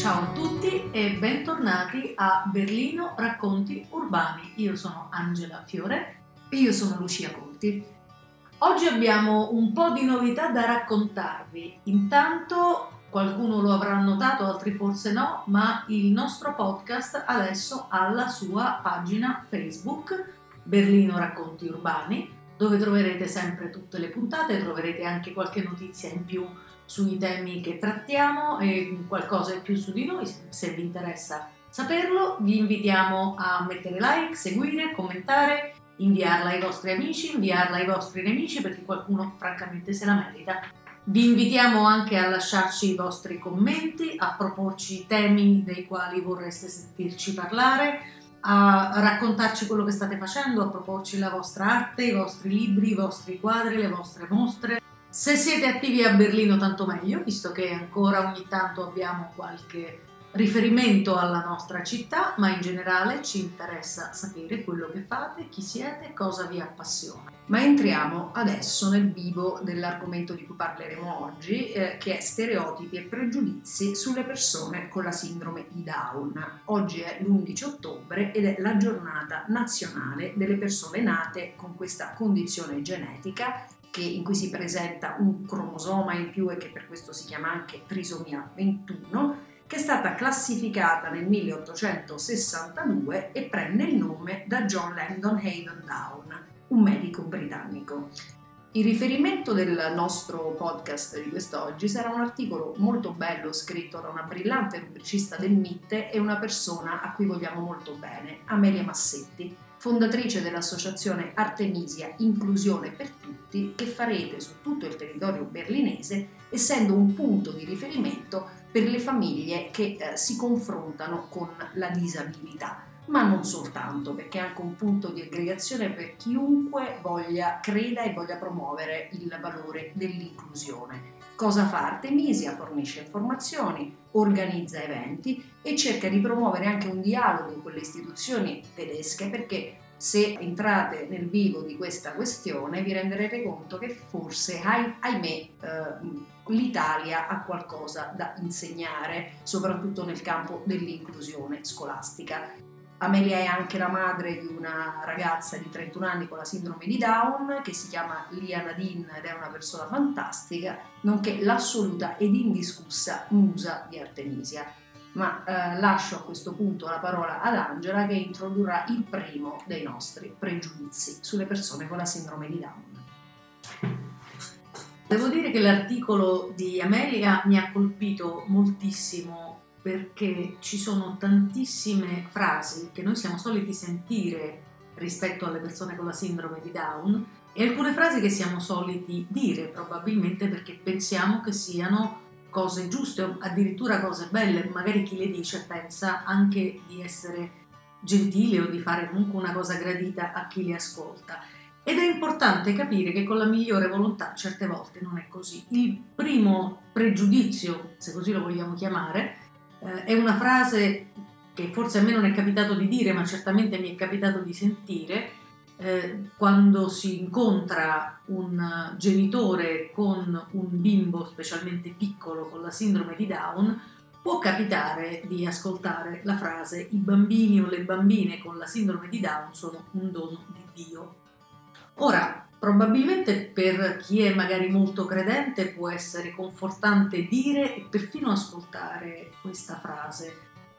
Ciao a tutti e bentornati a Berlino Racconti Urbani. Io sono Angela Fiore e io sono Lucia Conti. Oggi abbiamo un po' di novità da raccontarvi. Intanto qualcuno lo avrà notato, altri forse no, ma il nostro podcast adesso ha la sua pagina Facebook, Berlino Racconti Urbani, dove troverete sempre tutte le puntate, troverete anche qualche notizia in più sui temi che trattiamo e qualcosa in più su di noi. Se vi interessa saperlo, vi invitiamo a mettere like, seguire, commentare, inviarla ai vostri amici, inviarla ai vostri nemici, perché qualcuno francamente se la merita. Vi invitiamo anche a lasciarci i vostri commenti, a proporci temi dei quali vorreste sentirci parlare, a raccontarci quello che state facendo, a proporci la vostra arte, i vostri libri, i vostri quadri, le vostre mostre. Se siete attivi a Berlino tanto meglio, visto che ancora ogni tanto abbiamo qualche riferimento alla nostra città, ma in generale ci interessa sapere quello che fate, chi siete, cosa vi appassiona. Ma entriamo adesso nel vivo dell'argomento di cui parleremo oggi, che è stereotipi e pregiudizi sulle persone con la sindrome di Down. Oggi è l'11 ottobre ed è la giornata nazionale delle persone nate con questa condizione genetica in cui si presenta un cromosoma in più e che per questo si chiama anche trisomia 21, che è stata classificata nel 1862 e prende il nome da John Langdon Haydon Down, un medico britannico. Il riferimento del nostro podcast di quest'oggi sarà un articolo molto bello scritto da una brillante rubricista del MIT e una persona a cui vogliamo molto bene, Amelia Massetti, fondatrice dell'associazione Artemisia Inclusione per Tutti, che fa rete su tutto il territorio berlinese, essendo un punto di riferimento per le famiglie che si confrontano con la disabilità, ma non soltanto, perché è anche un punto di aggregazione per chiunque creda e voglia promuovere il valore dell'inclusione. Cosa fa Artemisia? Fornisce informazioni, organizza eventi e cerca di promuovere anche un dialogo con le istituzioni tedesche, perché se entrate nel vivo di questa questione vi renderete conto che forse, ahimè, l'Italia ha qualcosa da insegnare, soprattutto nel campo dell'inclusione scolastica. Amelia è anche la madre di una ragazza di 31 anni con la sindrome di Down che si chiama Lia Nadine ed è una persona fantastica, nonché l'assoluta ed indiscussa musa di Artemisia. Ma lascio a questo punto la parola ad Angela, che introdurrà il primo dei nostri pregiudizi sulle persone con la sindrome di Down. Devo dire che l'articolo di Amelia mi ha colpito moltissimo, perché ci sono tantissime frasi che noi siamo soliti sentire rispetto alle persone con la sindrome di Down e alcune frasi che siamo soliti dire, probabilmente perché pensiamo che siano cose giuste o addirittura cose belle. Magari chi le dice pensa anche di essere gentile o di fare comunque una cosa gradita a chi li ascolta. Ed è importante capire che con la migliore volontà certe volte non è così. Il primo pregiudizio, se così lo vogliamo chiamare, è una frase che forse a me non è capitato di dire, ma certamente mi è capitato di sentire quando si incontra un genitore con un bimbo specialmente piccolo con la sindrome di Down. Può capitare di ascoltare la frase: i bambini o le bambine con la sindrome di Down sono un dono di Dio. Ora, probabilmente per chi è magari molto credente può essere confortante dire e perfino ascoltare questa frase,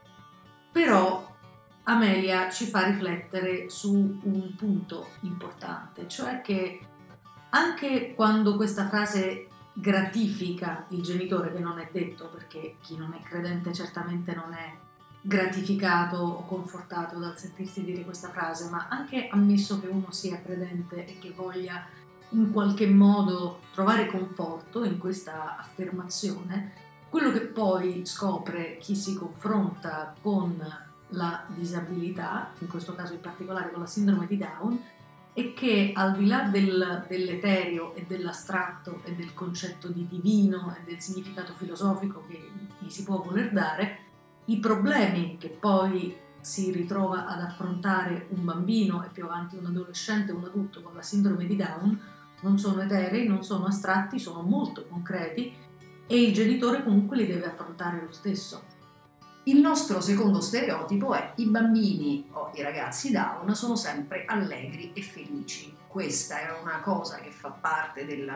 però Amelia ci fa riflettere su un punto importante, cioè che anche quando questa frase gratifica il genitore, che non è detto, perché chi non è credente certamente non è gratificato o confortato dal sentirsi dire questa frase, ma anche ammesso che uno sia credente e che voglia in qualche modo trovare conforto in questa affermazione, quello che poi scopre chi si confronta con la disabilità, in questo caso in particolare con la sindrome di Down, è che al di là dell'etereo e dell'astratto e del concetto di divino e del significato filosofico che gli si può voler dare, i problemi che poi si ritrova ad affrontare un bambino e più avanti un adolescente o un adulto con la sindrome di Down non sono eterei, non sono astratti, sono molto concreti e il genitore comunque li deve affrontare lo stesso. Il nostro secondo stereotipo è: i bambini o i ragazzi Down sono sempre allegri e felici. Questa è una cosa che fa parte della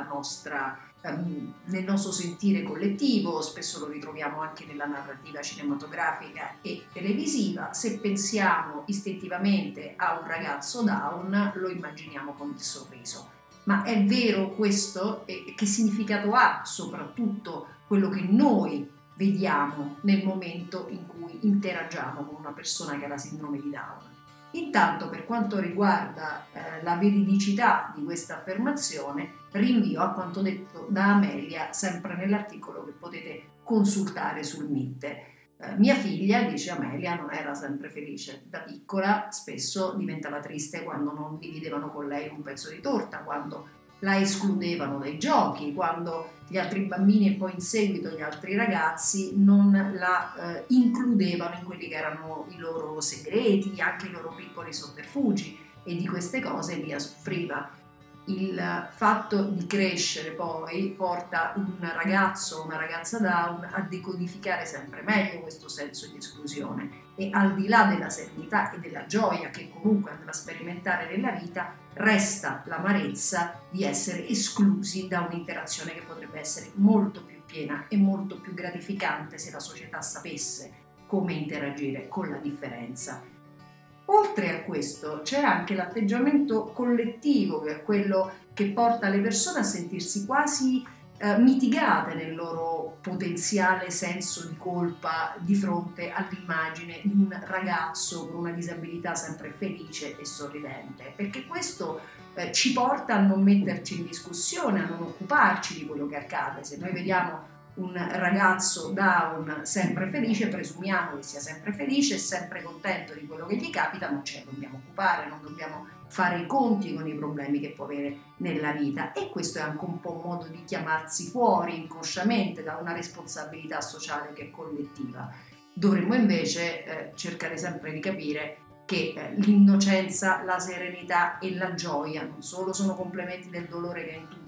del nostro sentire collettivo, spesso lo ritroviamo anche nella narrativa cinematografica e televisiva. Se pensiamo istintivamente a un ragazzo Down, lo immaginiamo con il sorriso. Ma è vero questo? E che significato ha soprattutto quello che noi vediamo nel momento in cui interagiamo con una persona che ha la sindrome di Down? Intanto, per quanto riguarda la veridicità di questa affermazione, rinvio a quanto detto da Amelia sempre nell'articolo che potete consultare sul Mitte. Mia figlia, dice Amelia, non era sempre felice. Da piccola spesso diventava triste quando non dividevano con lei un pezzo di torta, quando la escludevano dai giochi, quando gli altri bambini e poi in seguito gli altri ragazzi non la includevano in quelli che erano i loro segreti, anche i loro piccoli sotterfugi, e di queste cose Lia soffriva. Il fatto di crescere poi porta un ragazzo o una ragazza Down a decodificare sempre meglio questo senso di esclusione, e al di là della serenità e della gioia che comunque andrà a sperimentare nella vita, resta l'amarezza di essere esclusi da un'interazione che potrebbe essere molto più piena e molto più gratificante se la società sapesse come interagire con la differenza. Oltre a questo c'è anche l'atteggiamento collettivo, che è quello che porta le persone a sentirsi quasi mitigate nel loro potenziale senso di colpa di fronte all'immagine di un ragazzo con una disabilità sempre felice e sorridente, perché questo ci porta a non metterci in discussione, a non occuparci di quello che accade. Se noi vediamo un ragazzo Down sempre felice, presumiamo che sia sempre felice e sempre contento di quello che gli capita, non ce ne dobbiamo occupare, non dobbiamo fare i conti con i problemi che può avere nella vita, e questo è anche un po' un modo di chiamarsi fuori inconsciamente da una responsabilità sociale che è collettiva. Dovremmo invece cercare sempre di capire che l'innocenza, la serenità e la gioia non solo sono complementi del dolore che è in tutti,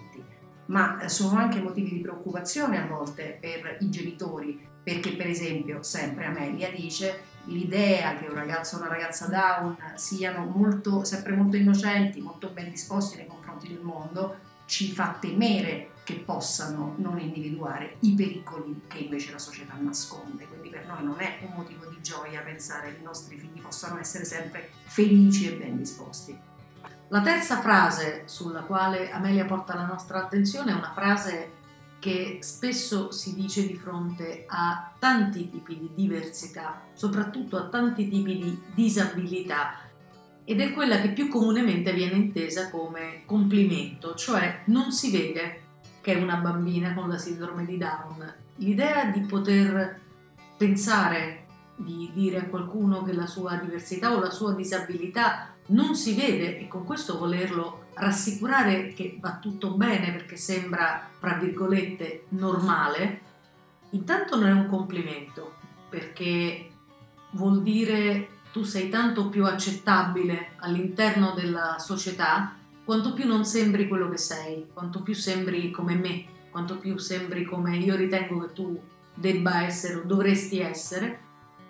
ma sono anche motivi di preoccupazione a volte per i genitori, perché per esempio, sempre Amelia dice, l'idea che un ragazzo o una ragazza Down siano sempre molto innocenti, molto ben disposti nei confronti del mondo, ci fa temere che possano non individuare i pericoli che invece la società nasconde. Quindi per noi non è un motivo di gioia pensare che i nostri figli possano essere sempre felici e ben disposti. La terza frase sulla quale Amelia porta la nostra attenzione è una frase che spesso si dice di fronte a tanti tipi di diversità, soprattutto a tanti tipi di disabilità, ed è quella che più comunemente viene intesa come complimento, cioè non si vede che è una bambina con la sindrome di Down. L'idea di poter pensare, di dire a qualcuno che la sua diversità o la sua disabilità non si vede, e con questo volerlo rassicurare che va tutto bene perché sembra, fra virgolette, normale, intanto non è un complimento, perché vuol dire tu sei tanto più accettabile all'interno della società quanto più non sembri quello che sei, quanto più sembri come me, quanto più sembri come io ritengo che tu debba essere o dovresti essere.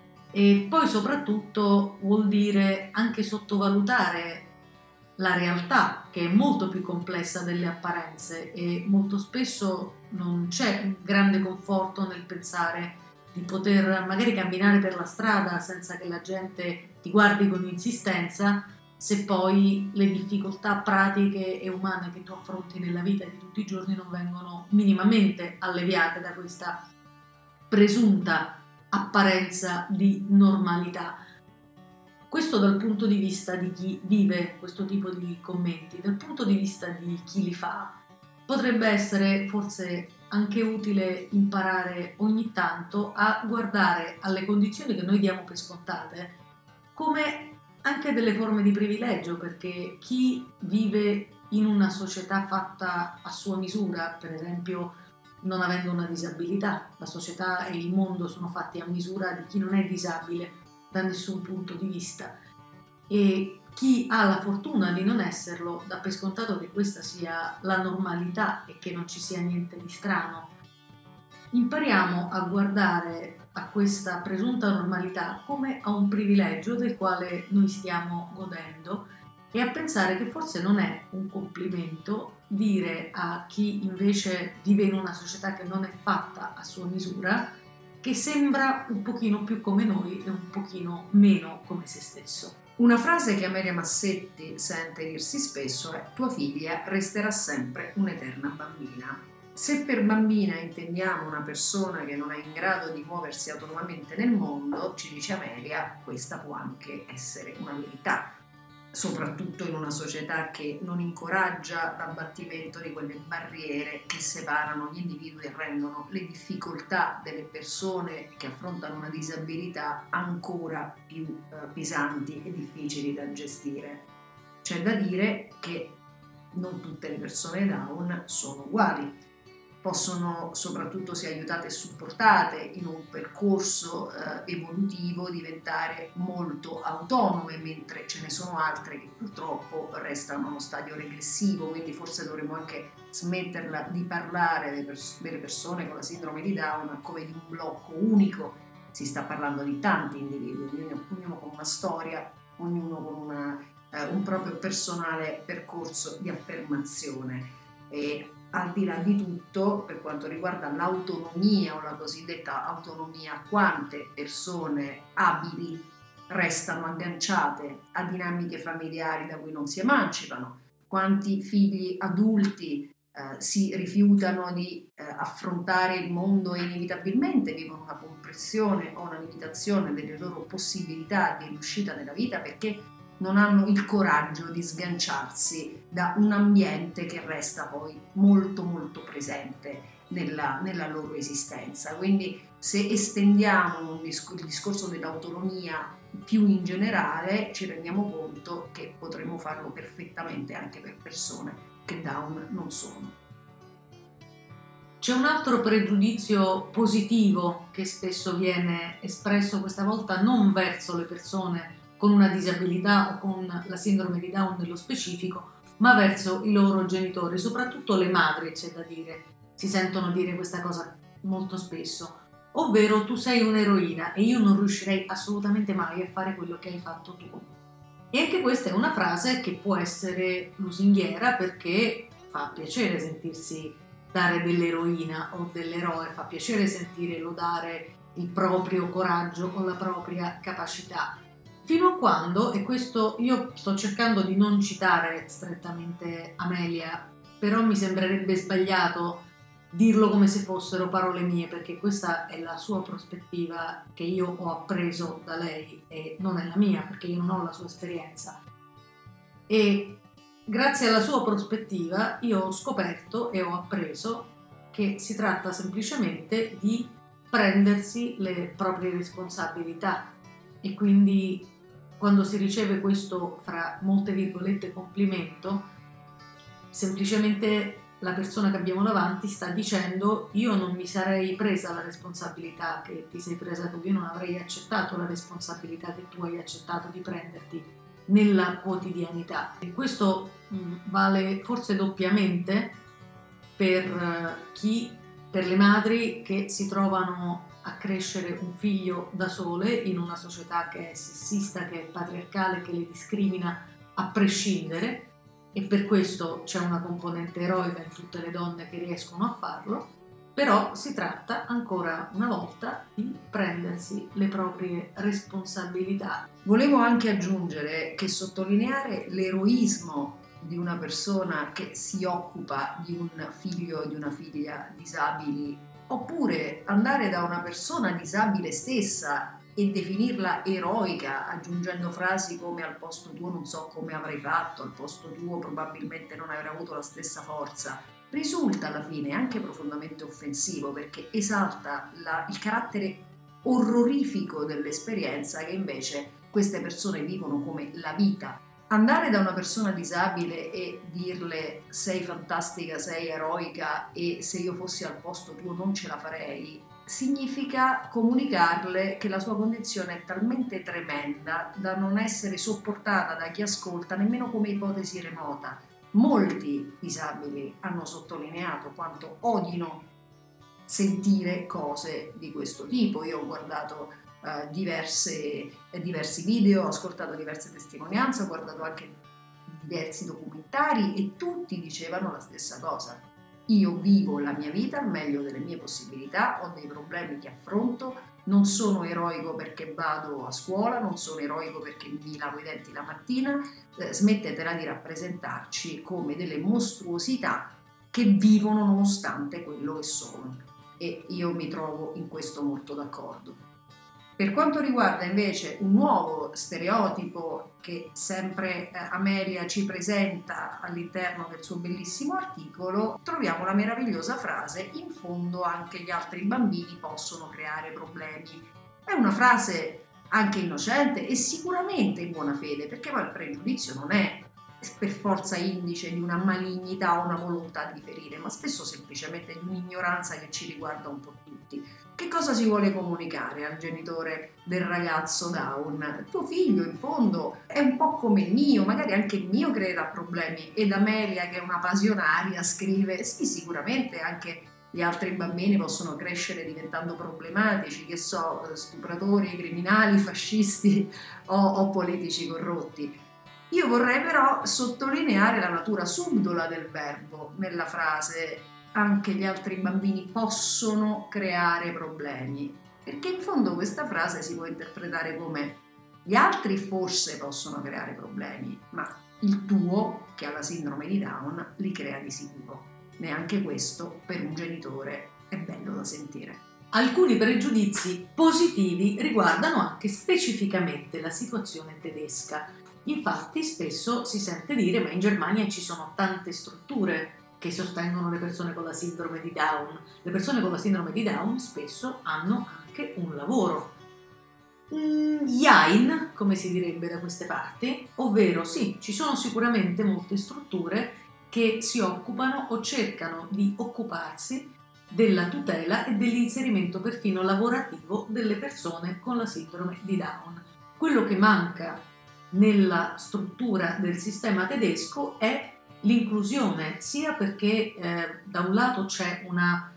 E poi soprattutto vuol dire anche sottovalutare la realtà, che è molto più complessa delle apparenze, e molto spesso non c'è un grande conforto nel pensare di poter magari camminare per la strada senza che la gente ti guardi con insistenza, se poi le difficoltà pratiche e umane che tu affronti nella vita di tutti i giorni non vengono minimamente alleviate da questa presunta apparenza di normalità. Questo dal punto di vista di chi vive questo tipo di commenti. Dal punto di vista di chi li fa, potrebbe essere forse anche utile imparare ogni tanto a guardare alle condizioni che noi diamo per scontate come anche delle forme di privilegio, perché chi vive in una società fatta a sua misura, per esempio non avendo una disabilità, la società e il mondo sono fatti a misura di chi non è disabile da nessun punto di vista, e chi ha la fortuna di non esserlo dà per scontato che questa sia la normalità e che non ci sia niente di strano. Impariamo a guardare a questa presunta normalità come a un privilegio del quale noi stiamo godendo e a pensare che forse non è un complimento dire a chi invece vive in una società che non è fatta a sua misura che sembra un pochino più come noi e un pochino meno come se stesso. Una frase che Amelia Massetti sente dirsi spesso è: tua figlia resterà sempre un'eterna bambina. Se per bambina intendiamo una persona che non è in grado di muoversi autonomamente nel mondo, ci dice Amelia, questa può anche essere una verità, soprattutto in una società che non incoraggia l'abbattimento di quelle barriere che separano gli individui e rendono le difficoltà delle persone che affrontano una disabilità ancora più pesanti e difficili da gestire. C'è da dire che non tutte le persone Down sono uguali. Possono soprattutto, se aiutate e supportate in un percorso evolutivo, diventare molto autonome, mentre ce ne sono altre che purtroppo restano a uno stadio regressivo, quindi forse dovremmo anche smetterla di parlare delle persone con la sindrome di Down come di un blocco unico. Si sta parlando di tanti individui, ognuno con una storia, ognuno con un proprio personale percorso di affermazione. E al di là di tutto, per quanto riguarda l'autonomia o la cosiddetta autonomia, quante persone abili restano agganciate a dinamiche familiari da cui non si emancipano, quanti figli adulti si rifiutano di affrontare il mondo e inevitabilmente vivono una compressione o una limitazione delle loro possibilità di riuscita nella vita perché non hanno il coraggio di sganciarsi da un ambiente che resta poi molto molto presente nella loro esistenza. Quindi se estendiamo il discorso dell'autonomia più in generale, ci rendiamo conto che potremmo farlo perfettamente anche per persone che Down non sono. C'è un altro pregiudizio positivo che spesso viene espresso, questa volta non verso le persone con una disabilità o con la sindrome di Down nello specifico, ma verso i loro genitori, soprattutto le madri, c'è da dire, si sentono dire questa cosa molto spesso, ovvero tu sei un'eroina e io non riuscirei assolutamente mai a fare quello che hai fatto tu. E anche questa è una frase che può essere lusinghiera perché fa piacere sentirsi dare dell'eroina o dell'eroe, fa piacere sentire lodare il proprio coraggio o la propria capacità. Fino a quando, e questo io sto cercando di non citare strettamente Amelia, però mi sembrerebbe sbagliato dirlo come se fossero parole mie, perché questa è la sua prospettiva che io ho appreso da lei e non è la mia, perché io non ho la sua esperienza. E grazie alla sua prospettiva io ho scoperto e ho appreso che si tratta semplicemente di prendersi le proprie responsabilità e quindi quando si riceve questo, fra molte virgolette, complimento, semplicemente la persona che abbiamo davanti sta dicendo: io non mi sarei presa la responsabilità che ti sei presa tu, io non avrei accettato la responsabilità che tu hai accettato di prenderti nella quotidianità. E questo vale forse doppiamente per le madri che si trovano a crescere un figlio da sole in una società che è sessista, che è patriarcale, che le discrimina a prescindere, e per questo c'è una componente eroica in tutte le donne che riescono a farlo, però si tratta ancora una volta di prendersi le proprie responsabilità. Volevo anche aggiungere che sottolineare l'eroismo di una persona che si occupa di un figlio o di una figlia disabili, oppure andare da una persona disabile stessa e definirla eroica, aggiungendo frasi come al posto tuo non so come avrei fatto, al posto tuo probabilmente non avrei avuto la stessa forza, risulta alla fine anche profondamente offensivo, perché esalta il carattere orrorifico dell'esperienza che invece queste persone vivono come la vita. Andare da una persona disabile e dirle sei fantastica, sei eroica e se io fossi al posto tuo non ce la farei, significa comunicarle che la sua condizione è talmente tremenda da non essere sopportata da chi ascolta nemmeno come ipotesi remota. Molti disabili hanno sottolineato quanto odino sentire cose di questo tipo. Io ho guardato diversi video, ho ascoltato diverse testimonianze, ho guardato anche diversi documentari e tutti dicevano la stessa cosa. Io vivo la mia vita al meglio delle mie possibilità, ho dei problemi che affronto, non sono eroico perché vado a scuola, non sono eroico perché mi lavo i denti la mattina, smettetela di rappresentarci come delle mostruosità che vivono nonostante quello che sono. E io mi trovo in questo molto d'accordo. Per quanto riguarda invece un nuovo stereotipo che sempre Amelia ci presenta all'interno del suo bellissimo articolo, troviamo la meravigliosa frase: in fondo anche gli altri bambini possono creare problemi. È una frase anche innocente e sicuramente in buona fede, perché poi il pregiudizio non è per forza indice di una malignità o una volontà di ferire, ma spesso semplicemente di un'ignoranza che ci riguarda un po' tutti. Che cosa si vuole comunicare al genitore del ragazzo Down? Tuo figlio in fondo è un po' come il mio, magari anche il mio creerà problemi. Ed Amelia, che è una passionaria, scrive: sì, sicuramente anche gli altri bambini possono crescere diventando problematici, che so, stupratori, criminali, fascisti o politici corrotti. Io vorrei però sottolineare la natura subdola del verbo nella frase: anche gli altri bambini possono creare problemi, perché in fondo questa frase si può interpretare come: gli altri forse possono creare problemi, ma il tuo, che ha la sindrome di Down, li crea di sicuro. Neanche questo per un genitore è bello da sentire. Alcuni pregiudizi positivi riguardano anche specificamente la situazione tedesca. Infatti spesso si sente dire: ma in Germania ci sono tante strutture che sostengono le persone con la sindrome di Down. Le persone con la sindrome di Down spesso hanno anche un lavoro. Jein, come si direbbe da queste parti, ovvero sì, ci sono sicuramente molte strutture che si occupano o cercano di occuparsi della tutela e dell'inserimento perfino lavorativo delle persone con la sindrome di Down. Quello che manca nella struttura del sistema tedesco è l'inclusione, sia perché da un lato c'è una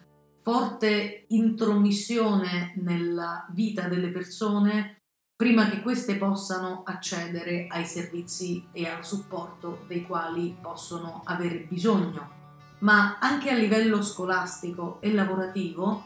forte intromissione nella vita delle persone prima che queste possano accedere ai servizi e al supporto dei quali possono avere bisogno, ma anche a livello scolastico e lavorativo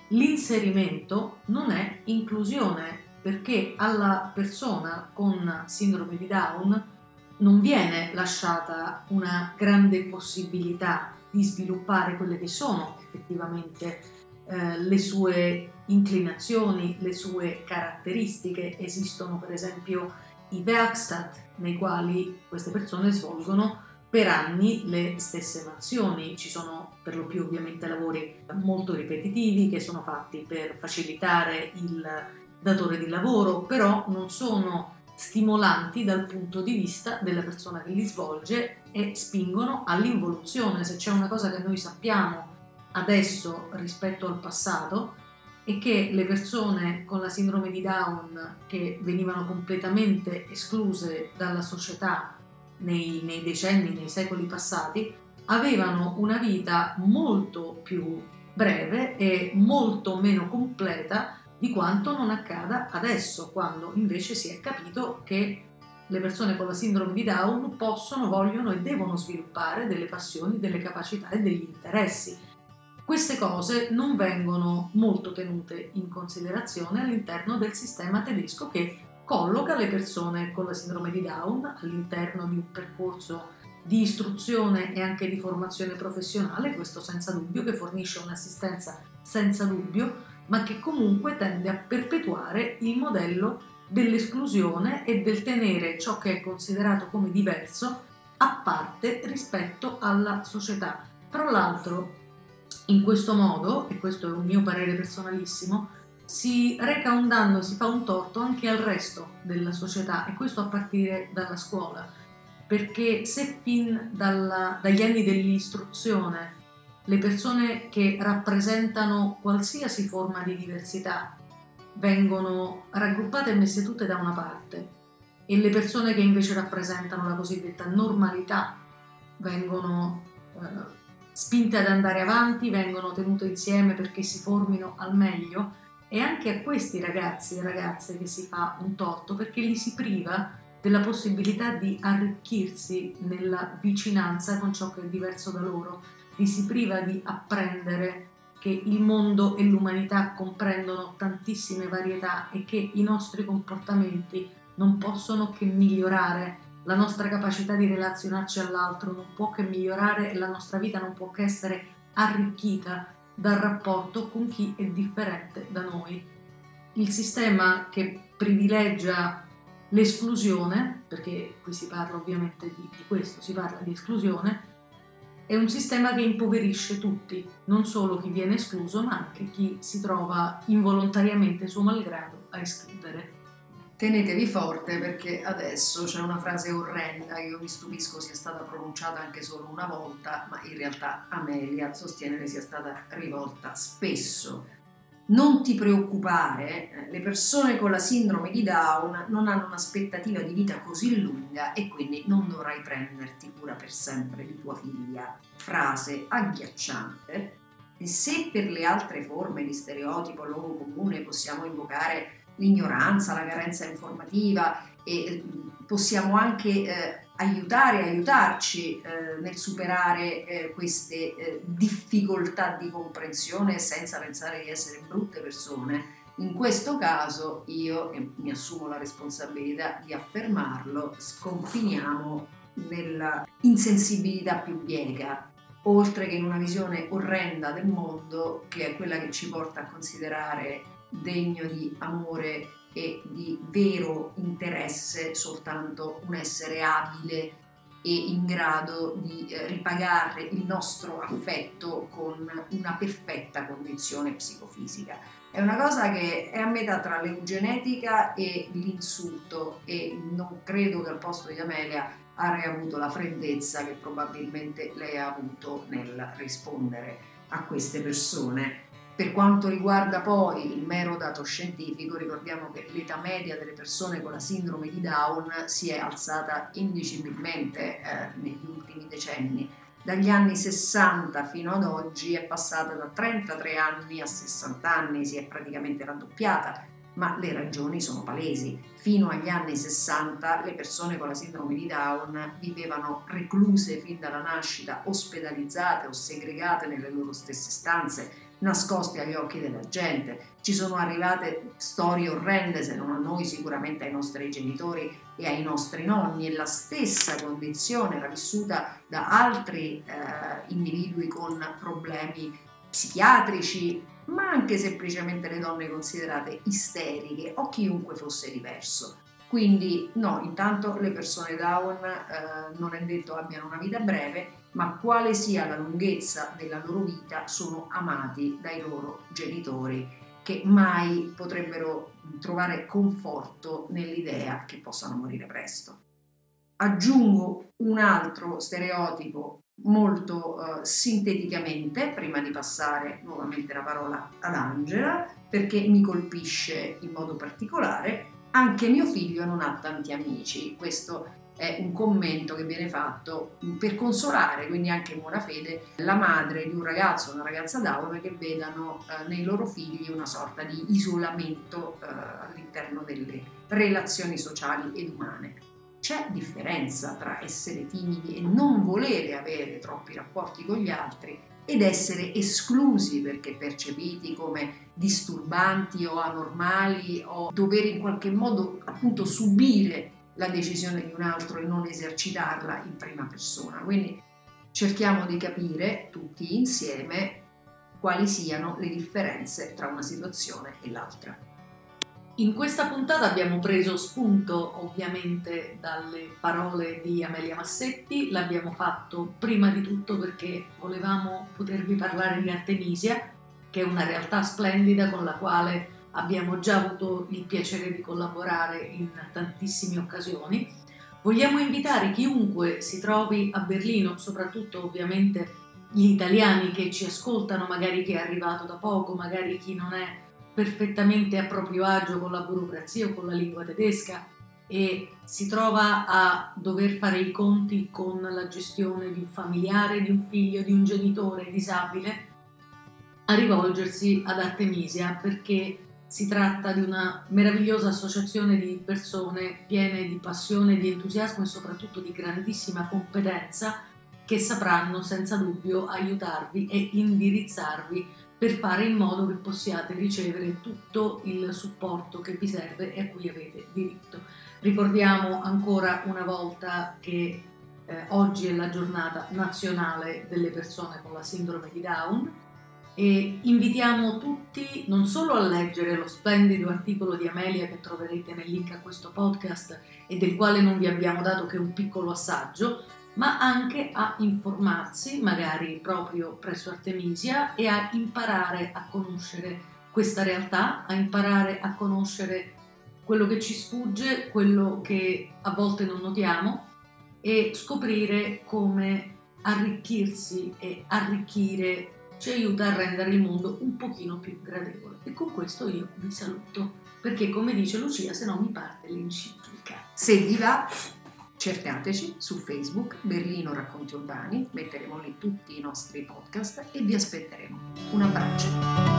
l'inserimento non è inclusione, perché alla persona con sindrome di Down non viene lasciata una grande possibilità di sviluppare quelle che sono effettivamente le sue inclinazioni, le sue caratteristiche. Esistono per esempio i Werkstatt nei quali queste persone svolgono per anni le stesse mansioni. Ci sono per lo più ovviamente lavori molto ripetitivi che sono fatti per facilitare il datore di lavoro, però non sono stimolanti dal punto di vista della persona che li svolge e spingono all'involuzione. Se c'è una cosa che noi sappiamo adesso rispetto al passato è che le persone con la sindrome di Down, che venivano completamente escluse dalla società nei decenni, nei secoli passati, avevano una vita molto più breve e molto meno completa di quanto non accada adesso, quando invece si è capito che le persone con la sindrome di Down possono, vogliono e devono sviluppare delle passioni, delle capacità e degli interessi. Queste cose non vengono molto tenute in considerazione all'interno del sistema tedesco, che colloca le persone con la sindrome di Down all'interno di un percorso di istruzione e anche di formazione professionale, questo senza dubbio, che fornisce un'assistenza senza dubbio, ma che comunque tende a perpetuare il modello dell'esclusione e del tenere ciò che è considerato come diverso a parte rispetto alla società. Tra l'altro, in questo modo, e questo è un mio parere personalissimo, si reca un danno, si fa un torto anche al resto della società, e questo a partire dalla scuola, perché se fin dagli anni dell'istruzione le persone che rappresentano qualsiasi forma di diversità vengono raggruppate e messe tutte da una parte, e le persone che invece rappresentano la cosiddetta normalità vengono spinte ad andare avanti, vengono tenute insieme perché si formino al meglio, e anche a questi ragazzi e ragazze che si fa un torto perché li si priva della possibilità di arricchirsi nella vicinanza con ciò che è diverso da loro, li si priva di apprendere che il mondo e l'umanità comprendono tantissime varietà e che i nostri comportamenti non possono che migliorare, la nostra capacità di relazionarci all'altro non può che migliorare e la nostra vita non può che essere arricchita dal rapporto con chi è differente da noi. Il sistema che privilegia l'esclusione, perché qui si parla ovviamente di questo, si parla di esclusione, è un sistema che impoverisce tutti, non solo chi viene escluso, ma anche chi si trova involontariamente, suo malgrado, a escludere. Tenetevi forte perché adesso c'è una frase orrenda che io mi stupisco sia stata pronunciata anche solo una volta, ma in realtà Amelia sostiene che sia stata rivolta spesso. Non ti preoccupare, le persone con la sindrome di Down non hanno un'aspettativa di vita così lunga e quindi non dovrai prenderti cura per sempre di tua figlia. Frase agghiacciante. E se per le altre forme di stereotipo luogo comune possiamo invocare l'ignoranza, la carenza informativa e possiamo anche aiutarci nel superare queste difficoltà di comprensione senza pensare di essere brutte persone. In questo caso io, e mi assumo la responsabilità di affermarlo, sconfiniamo nella insensibilità più bieca, oltre che in una visione orrenda del mondo che è quella che ci porta a considerare degno di amore e di vero interesse soltanto un essere abile e in grado di ripagare il nostro affetto con una perfetta condizione psicofisica. È una cosa che è a metà tra l'eugenetica e l'insulto e non credo che al posto di Amelia avrei avuto la freddezza che probabilmente lei ha avuto nel rispondere a queste persone. Per quanto riguarda poi il mero dato scientifico, ricordiamo che l'età media delle persone con la sindrome di Down si è alzata indicibilmente negli ultimi decenni. Dagli anni 60 fino ad oggi è passata da 33 anni a 60 anni, si è praticamente raddoppiata, ma le ragioni sono palesi. Fino agli anni 60 le persone con la sindrome di Down vivevano recluse fin dalla nascita, ospedalizzate o segregate nelle loro stesse stanze, nascosti agli occhi della gente. Ci sono arrivate storie orrende, se non a noi sicuramente ai nostri genitori e ai nostri nonni, e la stessa condizione era vissuta da altri individui con problemi psichiatrici, ma anche semplicemente le donne considerate isteriche o chiunque fosse diverso. Quindi no, intanto le persone Down non è detto abbiano una vita breve, ma quale sia la lunghezza della loro vita sono amati dai loro genitori, che mai potrebbero trovare conforto nell'idea che possano morire presto. Aggiungo un altro stereotipo molto sinteticamente, prima di passare nuovamente la parola ad Angela, perché mi colpisce in modo particolare. Anche mio figlio non ha tanti amici. Questo è un commento che viene fatto per consolare, quindi anche in buona fede, la madre di un ragazzo o una ragazza Down che vedano nei loro figli una sorta di isolamento all'interno delle relazioni sociali ed umane. C'è differenza tra essere timidi e non volere avere troppi rapporti con gli altri ed essere esclusi perché percepiti come disturbanti o anormali o dover in qualche modo appunto subire la decisione di un altro e non esercitarla in prima persona. Quindi cerchiamo di capire tutti insieme quali siano le differenze tra una situazione e l'altra. In questa puntata abbiamo preso spunto ovviamente dalle parole di Amelia Massetti, l'abbiamo fatto prima di tutto perché volevamo potervi parlare di Artemisia, che è una realtà splendida con la quale abbiamo già avuto il piacere di collaborare in tantissime occasioni. Vogliamo invitare chiunque si trovi a Berlino, soprattutto ovviamente gli italiani che ci ascoltano, magari chi è arrivato da poco, magari chi non è perfettamente a proprio agio con la burocrazia o con la lingua tedesca, e si trova a dover fare i conti con la gestione di un familiare, di un figlio, di un genitore disabile, a rivolgersi ad Artemisia, perché si tratta di una meravigliosa associazione di persone piene di passione, di entusiasmo e soprattutto di grandissima competenza, che sapranno senza dubbio aiutarvi e indirizzarvi per fare in modo che possiate ricevere tutto il supporto che vi serve e a cui avete diritto. Ricordiamo ancora una volta che oggi è la giornata nazionale delle persone con la sindrome di Down e invitiamo tutti non solo a leggere lo splendido articolo di Amelia che troverete nel link a questo podcast e del quale non vi abbiamo dato che un piccolo assaggio, ma anche a informarsi, magari proprio presso Artemisia, e a imparare a conoscere questa realtà, a imparare a conoscere quello che ci sfugge, quello che a volte non notiamo e scoprire come arricchirsi e arricchire ci aiuta a rendere il mondo un pochino più gradevole. E con questo io vi saluto, perché come dice Lucia, se no mi parte l'enciclica. Se vi va, cercateci su Facebook, Berlino Racconti Urbani, metteremo lì tutti i nostri podcast e vi aspetteremo. Un abbraccio.